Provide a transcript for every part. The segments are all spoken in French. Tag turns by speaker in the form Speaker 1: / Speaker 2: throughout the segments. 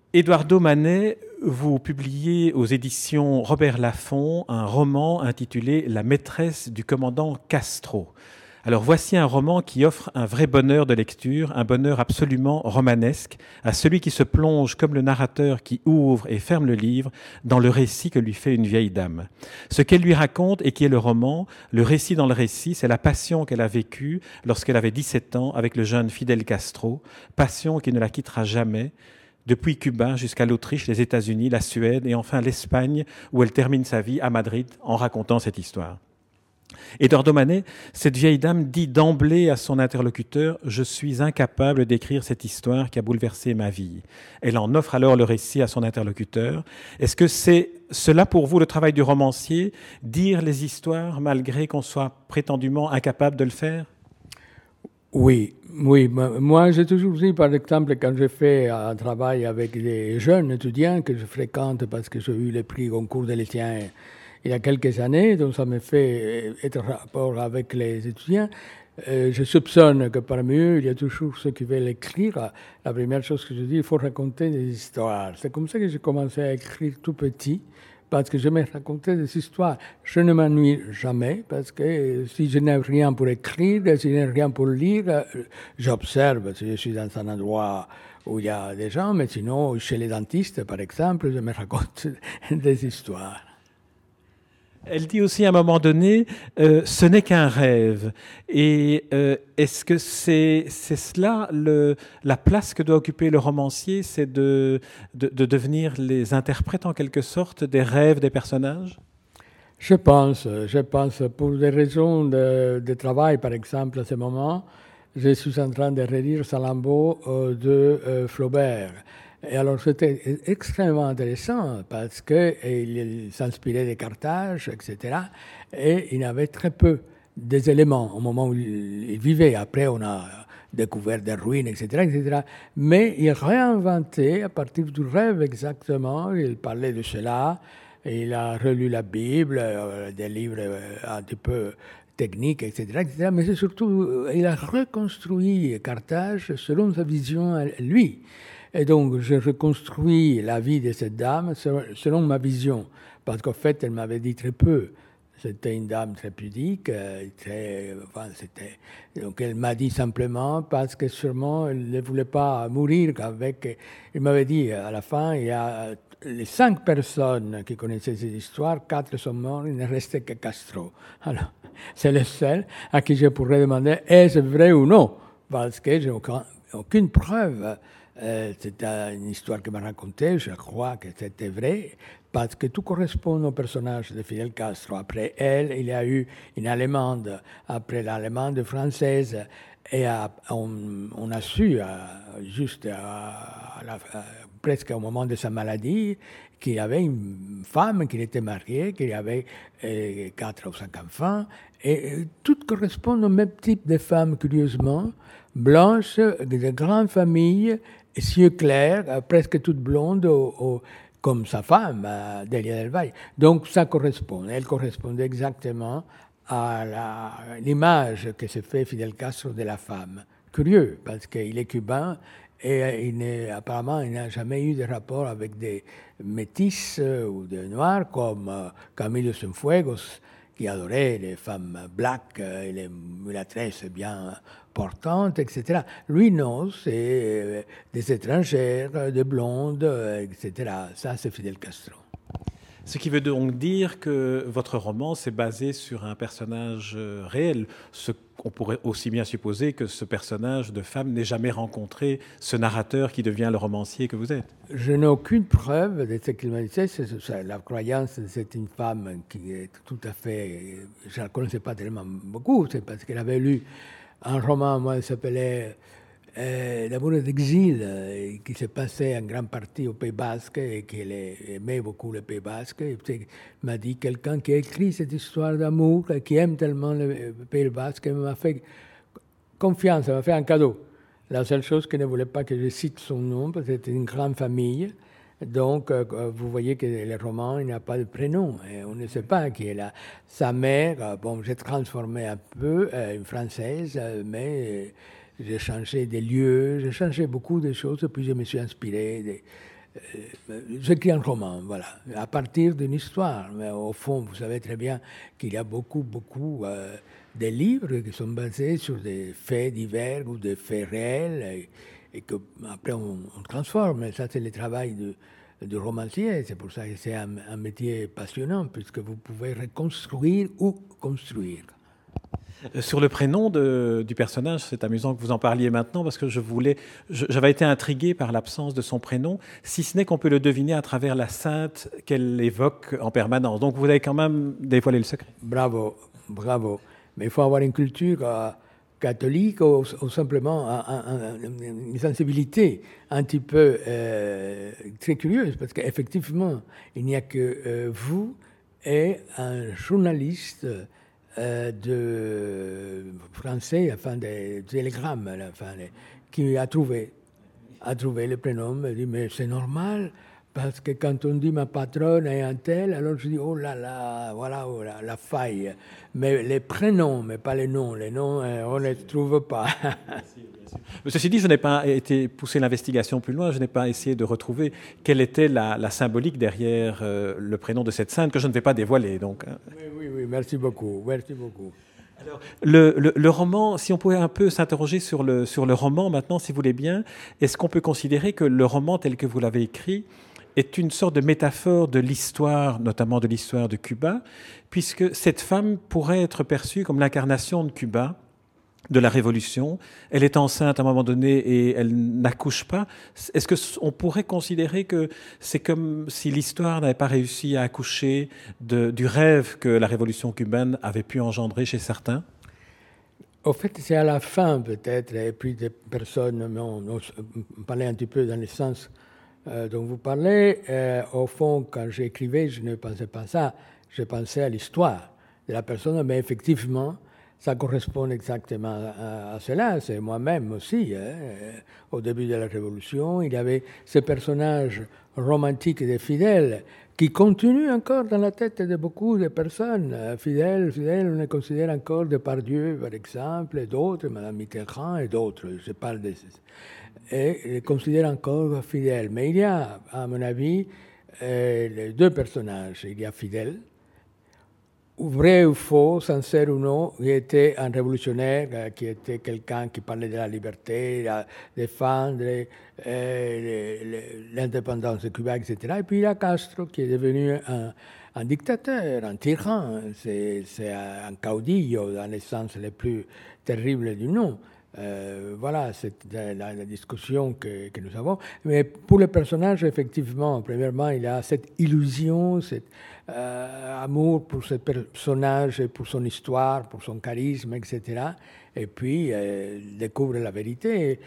Speaker 1: Eduardo Manet, vous publiez aux éditions Robert Laffont un roman intitulé La maîtresse du commandant Castro. Alors voici un roman qui offre un vrai bonheur de lecture, un bonheur absolument romanesque, à celui qui se plonge comme le narrateur qui ouvre et ferme le livre dans le récit que lui fait une vieille dame. Ce qu'elle lui raconte et qui est le roman, le récit dans le récit, c'est la passion qu'elle a vécue lorsqu'elle avait 17 ans avec le jeune Fidel Castro, passion qui ne la quittera jamais, depuis Cuba jusqu'à l'Autriche, les États-Unis, la Suède et enfin l'Espagne, où elle termine sa vie à Madrid en racontant cette histoire. Eduardo Manet, cette vieille dame dit d'emblée à son interlocuteur « Je suis incapable d'écrire cette histoire qui a bouleversé ma vie ». Elle en offre alors le récit à son interlocuteur. Est-ce que c'est cela pour vous le travail du romancier, dire les histoires malgré qu'on soit prétendument incapable de le faire ?
Speaker 2: Oui, oui. Moi, j'ai toujours dit, par exemple, quand je fais un travail avec des jeunes étudiants que je fréquente parce que j'ai eu le prix Goncourt de Létien il y a quelques années, donc ça me fait être en rapport avec les étudiants. Je soupçonne que parmi eux, il y a toujours ceux qui veulent écrire. La première chose que je dis, il faut raconter des histoires. C'est comme ça que j'ai commencé à écrire tout petit, parce que j'aimais raconter des histoires. Je ne m'ennuie jamais, parce que si je n'ai rien pour écrire, si je n'ai rien pour lire, j'observe. Si je suis dans un endroit où il y a des gens, mais sinon, chez les dentistes, par exemple, je me raconte des histoires.
Speaker 1: Elle dit aussi à un moment donné, ce n'est qu'un rêve. Et est-ce que c'est cela la place que doit occuper le romancier, c'est de devenir les interprètes en quelque sorte des rêves des personnages ?
Speaker 2: Je pense, pour des raisons de travail, par exemple, à ce moment, je suis en train de relire Salammbô de Flaubert. Et alors, c'était extrêmement intéressant parce qu'il s'inspirait de Carthage, etc. Et il avait très peu des éléments au moment où il vivait. Après, on a découvert des ruines, etc., etc. Mais il réinventait à partir du rêve exactement. Il parlait de cela. Il a relu la Bible, des livres un petit peu techniques, etc., etc. Mais c'est surtout, il a reconstruit Carthage selon sa vision à lui. Et donc, je reconstruis la vie de cette dame selon ma vision. Parce qu'en fait, elle m'avait dit très peu. C'était une dame très pudique, donc elle m'a dit simplement parce que sûrement elle ne voulait pas mourir avec. Il m'avait dit à la fin, il y a les 5 personnes qui connaissaient cette histoire, 4 sont morts, il ne restait que Castro. Alors, c'est le seul à qui je pourrais demander est-ce vrai ou non, parce que j'ai aucune preuve. C'est une histoire que m'a racontée, je crois que c'était vrai, parce que tout correspond au personnage de Fidel Castro. Après elle, il y a eu une Allemande, après l'Allemande française, et on a su, presque au moment de sa maladie, qu'il y avait une femme, qu'il était marié, qu'il y avait 4 ou 5 enfants, et tout correspond au même type de femmes, curieusement, blanches, de grandes familles, yeux clairs, presque toutes blondes, comme sa femme, Delia del Valle. Donc ça correspond. Elle correspondait exactement à l'image que se fait Fidel Castro de la femme. Curieux, parce qu'il est cubain et apparemment il n'a jamais eu de rapport avec des métis ou des noirs comme Camilo Cienfuegos, qui adorait les femmes black et les mulâtresses bien portantes, etc. Lui, non, c'est des étrangères, des blondes, etc. Ça, c'est Fidel Castro.
Speaker 1: Ce qui veut donc dire que votre roman s'est basé sur un personnage réel. On pourrait aussi bien supposer que ce personnage de femme n'ait jamais rencontré ce narrateur qui devient le romancier que vous êtes.
Speaker 2: Je n'ai aucune preuve de ce qu'il m'a dit. C'est la croyance, c'est une femme qui est tout à fait... Je ne la connaissais pas tellement beaucoup, c'est parce qu'elle avait lu un roman, moi, qui s'appelait L'amour d'exil, qui s'est passé en grande partie au Pays Basque et qu'elle aimait beaucoup le Pays Basque. Et m'a dit quelqu'un qui a écrit cette histoire d'amour, qui aime tellement le Pays Basque, m'a fait confiance, m'a fait un cadeau. La seule chose qu'elle ne voulait pas que je cite son nom, parce que c'était une grande famille. Donc, vous voyez que le roman, il n'y a pas de prénom. Et on ne sait pas qui est là. Sa mère, bon, j'ai transformé un peu, une française, mais j'ai changé des lieux, j'ai changé beaucoup de choses, et puis je me suis inspiré j'écris un roman, voilà, à partir d'une histoire. Mais au fond, vous savez très bien qu'il y a beaucoup de livres qui sont basés sur des faits divers ou des faits réels et qu'après on transforme. Et ça, c'est le travail du romancier. C'est pour ça que c'est un métier passionnant, puisque vous pouvez reconstruire ou construire.
Speaker 1: Sur le prénom du personnage, c'est amusant que vous en parliez maintenant parce que j'avais été intrigué par l'absence de son prénom, si ce n'est qu'on peut le deviner à travers la sainte qu'elle évoque en permanence. Donc vous avez quand même dévoilé le secret.
Speaker 2: Bravo, bravo. Mais il faut avoir une culture catholique ou simplement une sensibilité un petit peu très curieuse parce qu'effectivement, il n'y a que vous et un journaliste de français, enfin des télégrammes, qui a trouvé le prénom. Il dit mais c'est normal parce que quand on dit ma patronne est un tel, alors je dis oh là là, voilà oh là, la faille. Mais les prénoms, mais pas les noms. Les noms, on ne les trouve pas.
Speaker 1: Mais ceci dit, je n'ai pas été pousser l'investigation plus loin, je n'ai pas essayé de retrouver quelle était la symbolique derrière le prénom de cette sainte que je ne vais pas dévoiler. Donc.
Speaker 2: Oui, merci beaucoup.
Speaker 1: Alors, le roman, si on pouvait un peu s'interroger sur le roman maintenant, si vous voulez bien, est-ce qu'on peut considérer que le roman tel que vous l'avez écrit est une sorte de métaphore de l'histoire, notamment de l'histoire de Cuba, puisque cette femme pourrait être perçue comme l'incarnation de Cuba, de la Révolution. Elle est enceinte à un moment donné et elle n'accouche pas. Est-ce qu'on pourrait considérer que c'est comme si l'histoire n'avait pas réussi à accoucher du rêve que la Révolution cubaine avait pu engendrer chez certains?
Speaker 2: Au fait, c'est à la fin peut-être, et puis des personnes m'ont parlé un petit peu dans le sens dont vous parlez. Au fond, quand j'écrivais, je ne pensais pas ça. Je pensais à l'histoire de la personne, mais effectivement, ça correspond exactement à cela. C'est moi-même aussi. Au début de la Révolution, il y avait ce personnage romantique de Fidel qui continue encore dans la tête de beaucoup de personnes. Fidel, on le considère encore Depardieu, par exemple, et d'autres, Madame Mitterrand et d'autres. Je parle de... Et il considère encore Fidel. Mais il y a, à mon avis, les deux personnages. Il y a Fidel, vrai ou faux, sincère ou non, qui était un révolutionnaire, qui était quelqu'un qui parlait de la liberté, de défendre l'indépendance de Cuba, etc. Et puis il y a Castro, qui est devenu un dictateur, un tyran. C'est un caudillo dans les sens les plus terribles du nom. Voilà, c'est la discussion que nous avons. Mais pour le personnage, effectivement, premièrement, il a cette illusion, cet amour pour ce personnage, pour son histoire, pour son charisme, etc. Et puis, il découvre la vérité.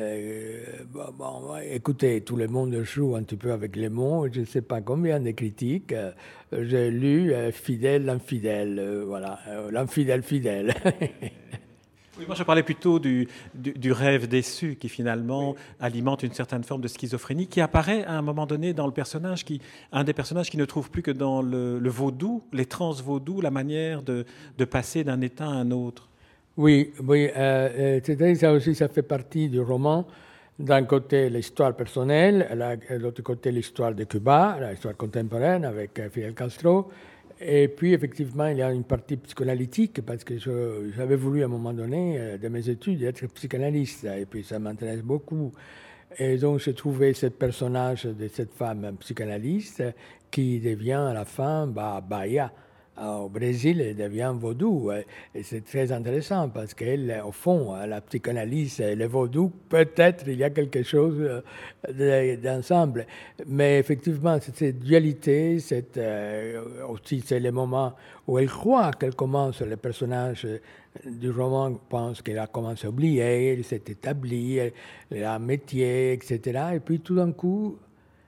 Speaker 2: Écoutez, tout le monde joue un petit peu avec les mots. Je ne sais pas combien de critiques. J'ai lu fidèle, l'infidèle. Voilà, l'infidèle fidèle.
Speaker 1: Oui, moi je parlais plutôt du rêve déçu qui finalement alimente une certaine forme de schizophrénie qui apparaît à un moment donné dans le personnage, un des personnages qui ne trouve plus que dans le vaudou, les trans vaudou, la manière de passer d'un état à un autre.
Speaker 2: Oui, c'est-à-dire ça aussi, ça fait partie du roman. D'un côté, l'histoire personnelle, de l'autre côté, l'histoire de Cuba, l'histoire contemporaine avec Fidel Castro. Et puis, effectivement, il y a une partie psychanalytique, parce que j'avais voulu, à un moment donné, de mes études, être psychanalyste, et puis ça m'intéresse beaucoup. Et donc, j'ai trouvé ce personnage de cette femme psychanalyste qui devient, à la fin, Bahia. Au Brésil, elle devient vaudou. Et c'est très intéressant parce qu'elle, au fond, la psychanalyse et le vaudou, peut-être il y a quelque chose d'ensemble. Mais effectivement, cette dualité, aussi c'est le moment où elle croit qu'elle commence, le personnage du roman pense qu'elle a commencé à oublier, elle s'est établie, elle a un métier, etc. Et puis tout d'un coup,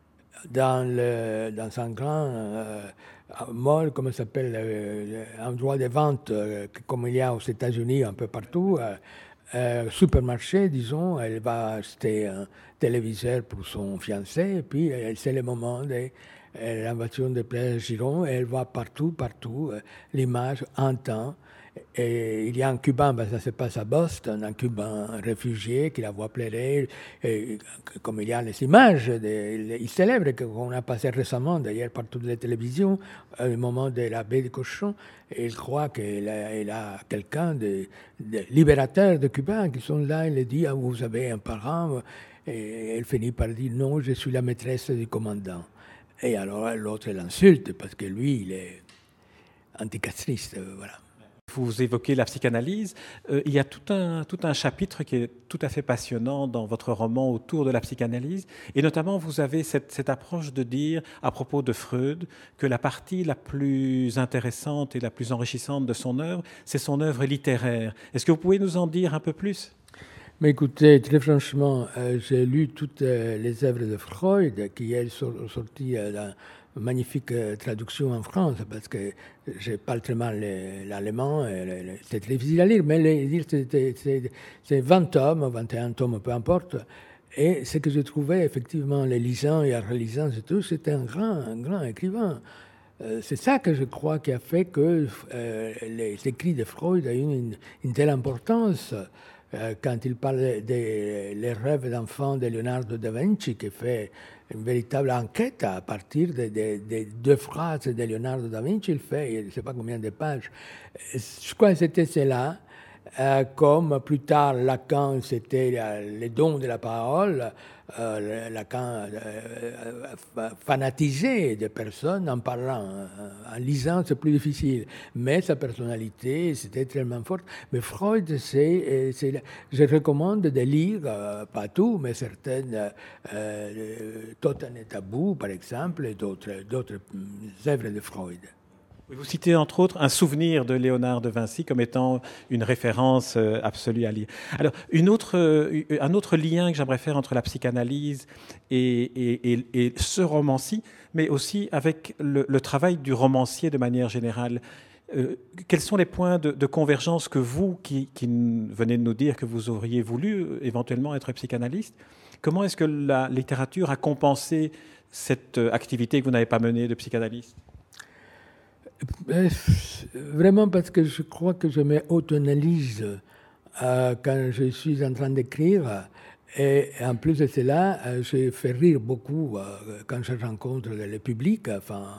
Speaker 2: dans un grand mall, comment ça s'appelle, endroit de vente, comme il y a aux États-Unis un peu partout, supermarché, disons, elle va acheter un téléviseur pour son fiancé, et puis c'est le moment de l'invasion de Place Giron, et elle voit partout, l'image, entend. Et il y a un Cubain, ça se passe à Boston, un Cubain réfugié qui la voit pleurer, et comme il y a les images, il célèbre qu'on a passé récemment, d'ailleurs, par toutes les télévisions, au moment de la baie des cochons, et il croit qu'il a quelqu'un de libérateur de Cubains qui sont là, il lui dit, vous avez un parent, et elle finit par dire, non, je suis la maîtresse du commandant. Et alors l'autre l'insulte, parce que lui, il est anticastriste, voilà.
Speaker 1: Vous évoquez la psychanalyse. Il y a tout un chapitre qui est tout à fait passionnant dans votre roman autour de la psychanalyse. Et notamment, vous avez cette approche de dire, à propos de Freud, que la partie la plus intéressante et la plus enrichissante de son œuvre, c'est son œuvre littéraire. Est-ce que vous pouvez nous en dire un peu plus ?
Speaker 2: Mais écoutez, très franchement, j'ai lu toutes les œuvres de Freud qui sont sorties dans magnifique traduction en France, parce que je parle très mal l'allemand, c'est très difficile à lire, mais c'est 20 tomes, 21 tomes, peu importe. Et ce que je trouvais, effectivement, les lisant et en relisant, c'était un grand écrivain. C'est ça que je crois qui a fait que les écrits de Freud ont eu une telle importance. Quand il parle des rêves d'enfant de Leonardo da Vinci, qui fait une véritable enquête à partir des 2 phrases de Leonardo da Vinci, il fait, je ne sais pas combien de pages. Je crois que c'était cela. Comme plus tard Lacan, c'était les dons de la parole, Lacan fanatisait des personnes en parlant, en lisant c'est plus difficile, mais sa personnalité c'était tellement forte. Mais Freud, je recommande de lire, pas tout, mais certaines, Totem et Tabou par exemple, et d'autres œuvres de Freud.
Speaker 1: Vous citez entre autres un souvenir de Léonard de Vinci comme étant une référence absolue à lire. Alors, un autre lien que j'aimerais faire entre la psychanalyse et ce roman-ci, mais aussi avec le travail du romancier de manière générale. Quels sont les points de convergence que vous, qui venez de nous dire que vous auriez voulu éventuellement être psychanalyste, comment est-ce que la littérature a compensé cette activité que vous n'avez pas menée de psychanalyste ?
Speaker 2: Vraiment parce que je crois que je m'auto-analyse quand je suis en train d'écrire. Et en plus de cela, je fais rire beaucoup quand je rencontre le public,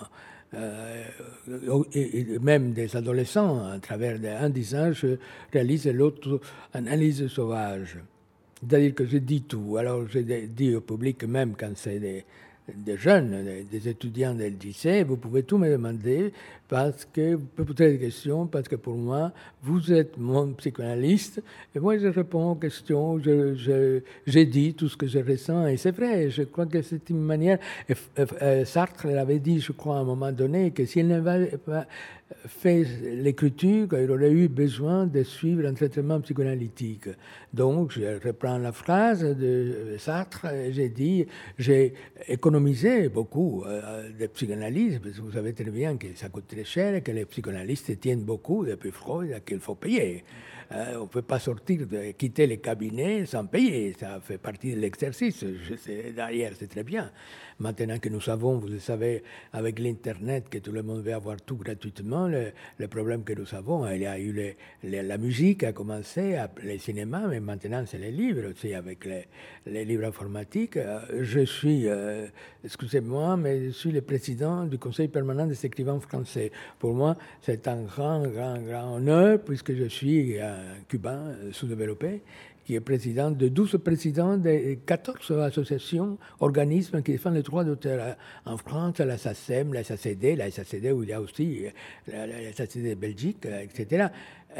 Speaker 2: et même des adolescents, à travers un disant, je réalise l'auto-analyse sauvage. C'est-à-dire que je dis tout. Alors je dis au public, même quand c'est des jeunes, des étudiants du lycée, vous pouvez tout me demander parce que vous pouvez poser des questions, parce que pour moi, vous êtes mon psychanalyste et moi je réponds aux questions, j'ai dit tout ce que je ressens et c'est vrai, je crois que c'est une manière. Sartre avait dit, je crois, à un moment donné, que s'il n'avait pas fait l'écriture, il aurait eu besoin de suivre un traitement psychanalytique. Donc, je reprends la phrase de Sartre, j'ai dit, j'ai économisé beaucoup de psychanalyse, parce que vous savez très bien que ça coûte très cher et que les psychanalystes tiennent beaucoup depuis Freud qu'il faut payer. On ne peut pas quitter les cabinets sans payer, ça fait partie de l'exercice. D'ailleurs, c'est très bien. Maintenant que nous savons, vous le savez, avec l'Internet, que tout le monde veut avoir tout gratuitement, le problème que nous avons, il y a eu la musique a commencé, les cinémas, mais maintenant c'est les livres aussi, avec les livres informatiques. Je suis, excusez-moi, mais je suis le président du Conseil permanent des écrivains français. Pour moi, c'est un grand honneur, puisque je suis un Cubain sous-développé, qui est président de 12 présidents de 14 associations, organismes qui défendent les droits d'auteur en France, la SACEM, la SACD où il y a aussi la SACD de Belgique, etc.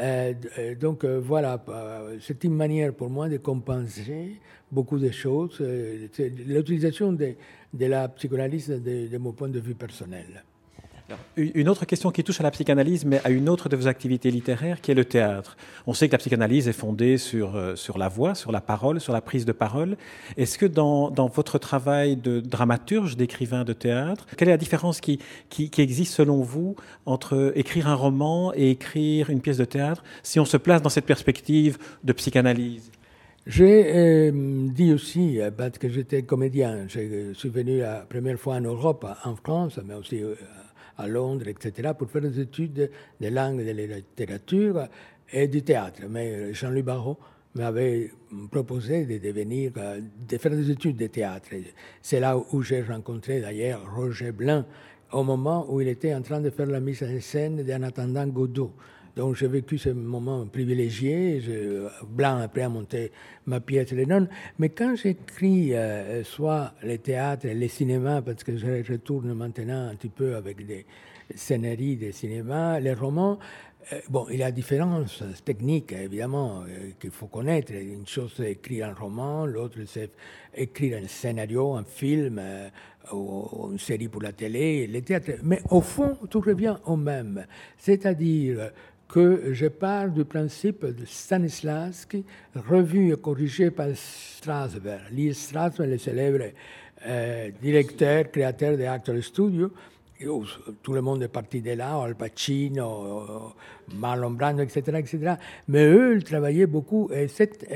Speaker 2: Donc voilà, c'est une manière pour moi de compenser beaucoup de choses. C'est l'utilisation de la psychanalyse de mon point de vue personnel.
Speaker 1: Alors, une autre question qui touche à la psychanalyse, mais à une autre de vos activités littéraires, qui est le théâtre. On sait que la psychanalyse est fondée sur la voix, sur la parole, sur la prise de parole. Est-ce que dans votre travail de dramaturge, d'écrivain de théâtre, quelle est la différence qui existe selon vous entre écrire un roman et écrire une pièce de théâtre, si on se place dans cette perspective de psychanalyse ?
Speaker 2: J'ai dit aussi, parce que j'étais comédien, je suis venu la première fois en Europe, en France, mais aussi à Londres, etc., pour faire des études de langue, de la littérature et du théâtre. Mais Jean-Louis Barrault m'avait proposé de faire des études de théâtre. C'est là où j'ai rencontré d'ailleurs Roger Blanc, au moment où il était en train de faire la mise en scène d'En attendant Godot. Donc j'ai vécu ce moment privilégié. Blanc après a monté ma pièce Les Nonnes. Mais quand j'écris soit les théâtres, les cinémas, parce que je retourne maintenant un petit peu avec des scénarii des cinémas, les romans, bon, il y a différences techniques, évidemment, qu'il faut connaître. Une chose, c'est écrire un roman, l'autre, c'est écrire un scénario, un film, ou une série pour la télé, les théâtres. Mais au fond, tout revient au même. C'est-à-dire que je parle du principe de Stanislavski, revu et corrigé par Strasberg. Lee Strasberg, le célèbre directeur, créateur de Actors Studio. Tout le monde est parti de là, Al Pacino, Marlon Brando, etc., etc. Mais eux, ils travaillaient beaucoup. Et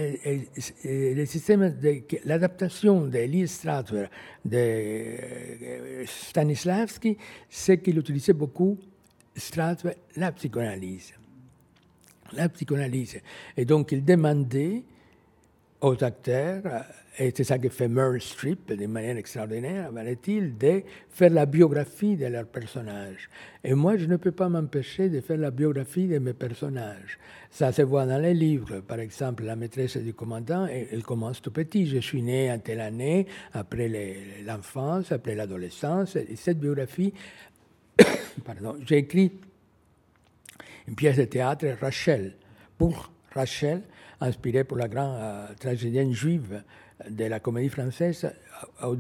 Speaker 2: le système l'adaptation de Lee Strasberg, de Stanislavski, c'est qu'il utilisait beaucoup Strasberg, la psychanalyse. La psychanalyse. Et donc, il demandait aux acteurs, et c'est ça que fait Meryl Streep de manière extraordinaire, paraît-il, de faire la biographie de leurs personnages. Et moi, je ne peux pas m'empêcher de faire la biographie de mes personnages. Ça se voit dans les livres. Par exemple, La maîtresse du commandant, elle commence tout petit. Je suis né en telle année, après l'enfance, après l'adolescence. Et cette biographie, pardon, j'ai écrit une pièce de théâtre, Rachel, pour Rachel, inspirée pour la grande tragédienne juive de la comédie française au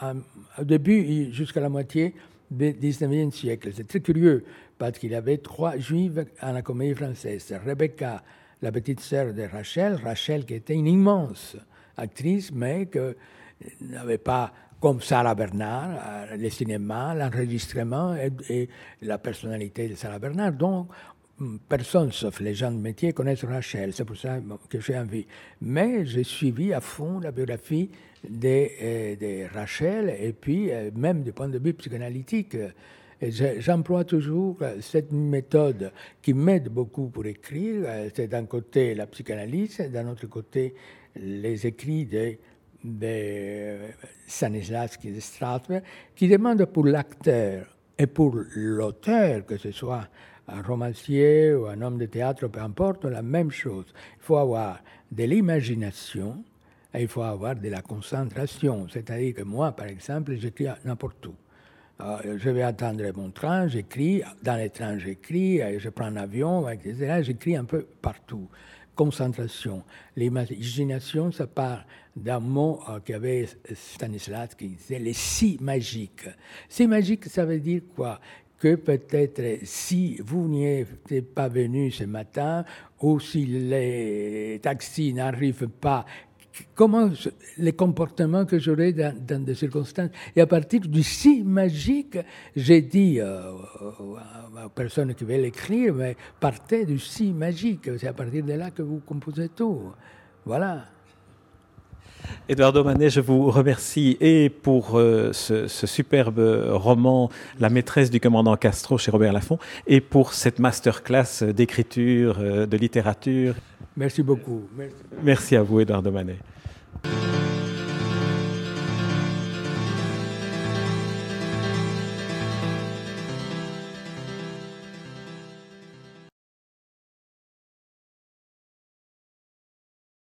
Speaker 2: début jusqu'à la moitié du XIXe siècle. C'est très curieux parce qu'il y avait 3 juives à la comédie française. Rebecca, la petite sœur de Rachel qui était une immense actrice, mais qui n'avait pas, comme Sarah Bernard, le cinéma, l'enregistrement et la personnalité de Sarah Bernard. Donc, personne, sauf les gens de métier, connaissent Rachel. C'est pour ça que j'ai envie. Mais j'ai suivi à fond la biographie de Rachel, et puis même du point de vue psychanalytique. J'emploie toujours cette méthode qui m'aide beaucoup pour écrire. C'est d'un côté la psychanalyse, d'un autre côté les écrits de Stanislavski et de Strasberg, qui demandent pour l'acteur et pour l'auteur, que ce soit un romancier ou un homme de théâtre, peu importe, la même chose. Il faut avoir de l'imagination et il faut avoir de la concentration. C'est-à-dire que moi, par exemple, j'écris n'importe où. Je vais attendre mon train, j'écris, dans les trains j'écris, je prends un avion, etc. J'écris un peu partout. Concentration. L'imagination, ça part d'un mot qu'avait Stanislavski, qui disait les si magiques. Si magique, ça veut dire quoi? Que peut-être si vous n'y êtes pas venu ce matin, ou si les taxis n'arrivent pas, comment les comportements que j'aurai dans des circonstances. Et à partir du si magique, j'ai dit aux personnes qui veulent écrire, mais partez du si magique. C'est à partir de là que vous composez tout. Voilà.
Speaker 1: Eduardo Manet, je vous remercie et pour ce superbe roman La maîtresse du commandant Castro chez Robert Laffont et pour cette masterclass d'écriture, de littérature.
Speaker 2: Merci beaucoup.
Speaker 1: Merci à vous, Eduardo Manet.